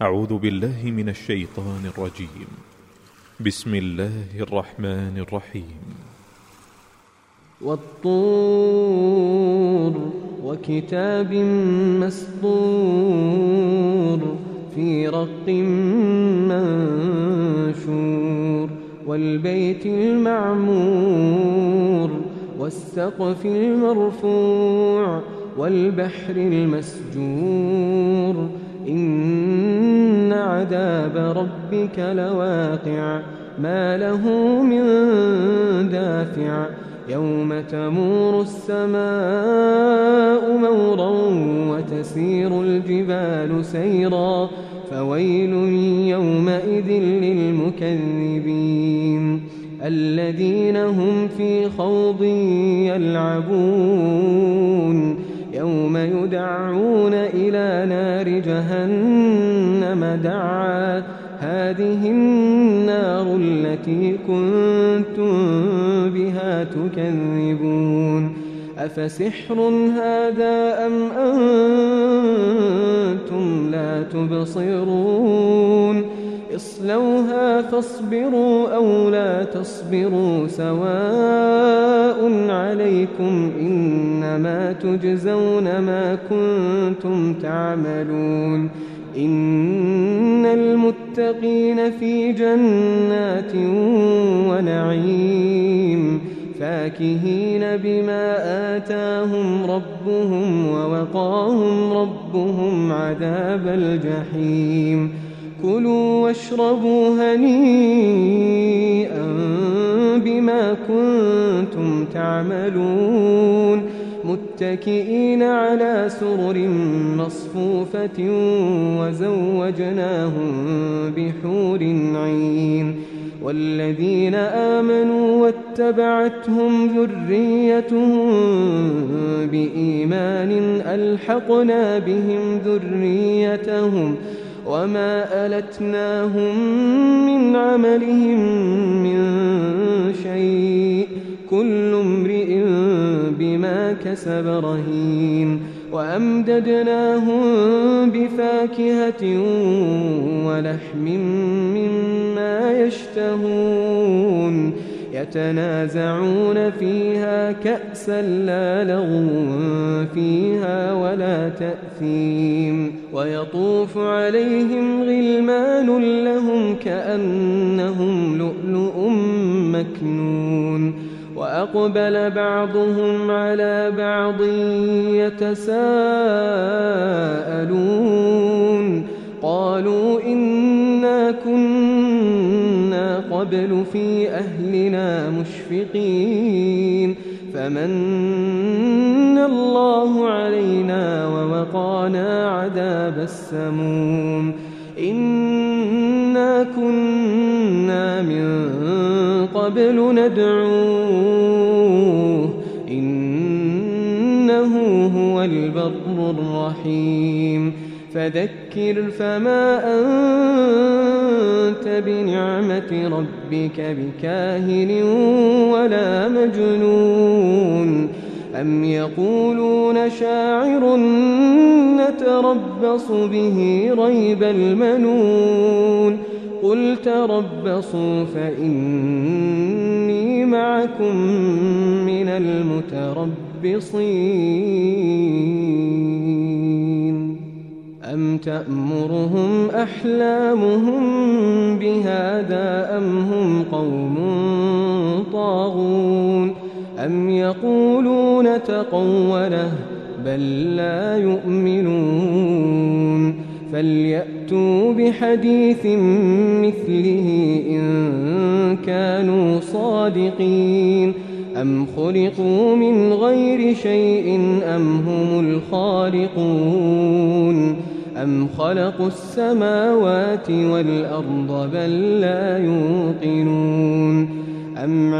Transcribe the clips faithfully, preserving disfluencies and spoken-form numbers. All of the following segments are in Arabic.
أعوذ بالله من الشيطان الرجيم. بسم الله الرحمن الرحيم. والطور وكتاب مسطور في رق منشور والبيت المعمور والسقف المرفوع والبحر المسجور إن عذاب ربك لواقع ما له من دافع يوم تمور السماء مورا وتسير الجبال سيرا فويل يومئذ للمكذبين الذين هم في خوض يلعبون يوم يدعون إلى نار جهنم دعا هذه النار التي كنتم بها تكذبون أفسحر هذا أم أنتم لا تبصرون اصلوها فاصبروا أو لا تصبروا سواء عليكم إنما تجزون ما كنتم تعملون إن المتقين في جنات ونعيم فاكهين بما آتاهم ربهم ووقاهم ربهم عذاب الجحيم كلوا واشربوا هنيئا بما كنتم تعملون متكئين على سرر مصفوفة وزوجناهم بحور عين والذين آمنوا واتبعتهم ذريتهم بإيمان ألحقنا بهم ذريتهم وما ألتناهم من عملهم من شيء كل امرئ بما كسب رهين وأمددناهم بفاكهة ولحم مما يشتهون يتنازعون فيها كأسا لا لغو فيها ولا تأثيم ويطوف عليهم غلمان لهم كأنهم لؤلؤ مكنون وأقبل بعضهم على بعض يتساءلون قالوا إنا كنا قبل في أهلنا مشفقين فمن الله علينا ووقانا عذاب السموم إنا كنا من قبل ندعوه إنه هو البر الرحيم فذكر فما أنت بنعمة ربك بكاهن ولا مجنون أم يقولون شاعر نتربص به ريب المنون قل تربصوا فإني معكم من المتربصين أم تأمرهم أحلامهم بهذا أم هم قوم طاغون أم يقولون تقوله بل لا يؤمنون فليأتوا بحديث مثله إن كانوا صادقين أم خلقوا من غير شيء أم هم الخالقون أم خلقوا السماوات والأرض بل لا يوقنون أم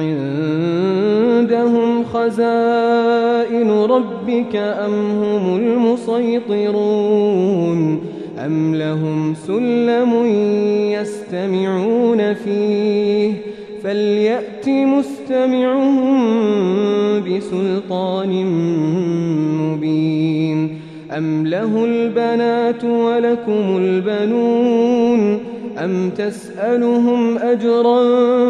عندهم خزائن ربك أم هم المسيطرون أم لهم سلم يستمعون فيه فليأت مستمعهم بسلطان مبين أم له البنات ولكم البنون أم تسألهم أجرا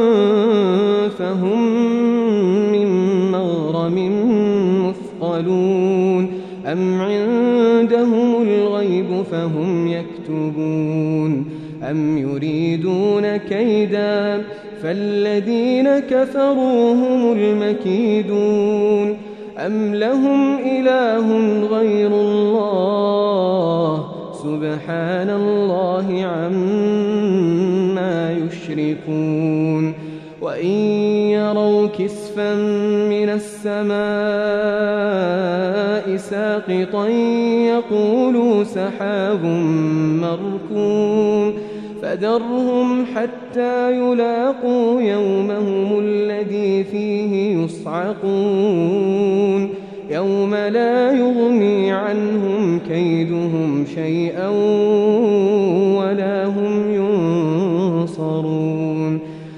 فهم من مغرم مثقلون أم عندهم الغيب فهم يكتبون أم يريدون كيدا فالذين كفروا هم المكيدون أم لهم إله غير الله سبحان الله عما يشركون وإن يروا كسفا من السماء ساقطا يقولوا سحاب مركوم فذرهم حتى يلاقوا يومهم الذي فيه يصعقون يوم لا يغني عنهم كيدهم شيئا ولا هم ينصرون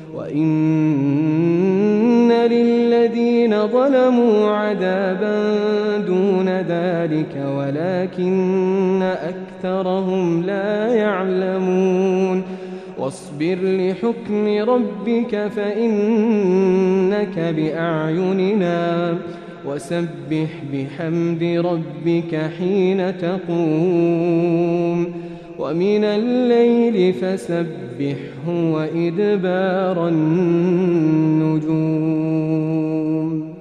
وإن للذين ظلموا عذابا دون ذلك ولكن أكثرهم لا يعلمون واصبر لحكم ربك فإنك بأعيننا وسبح بحمد ربك حين تقوم ومن الليل فسبحه وإدبار النجوم.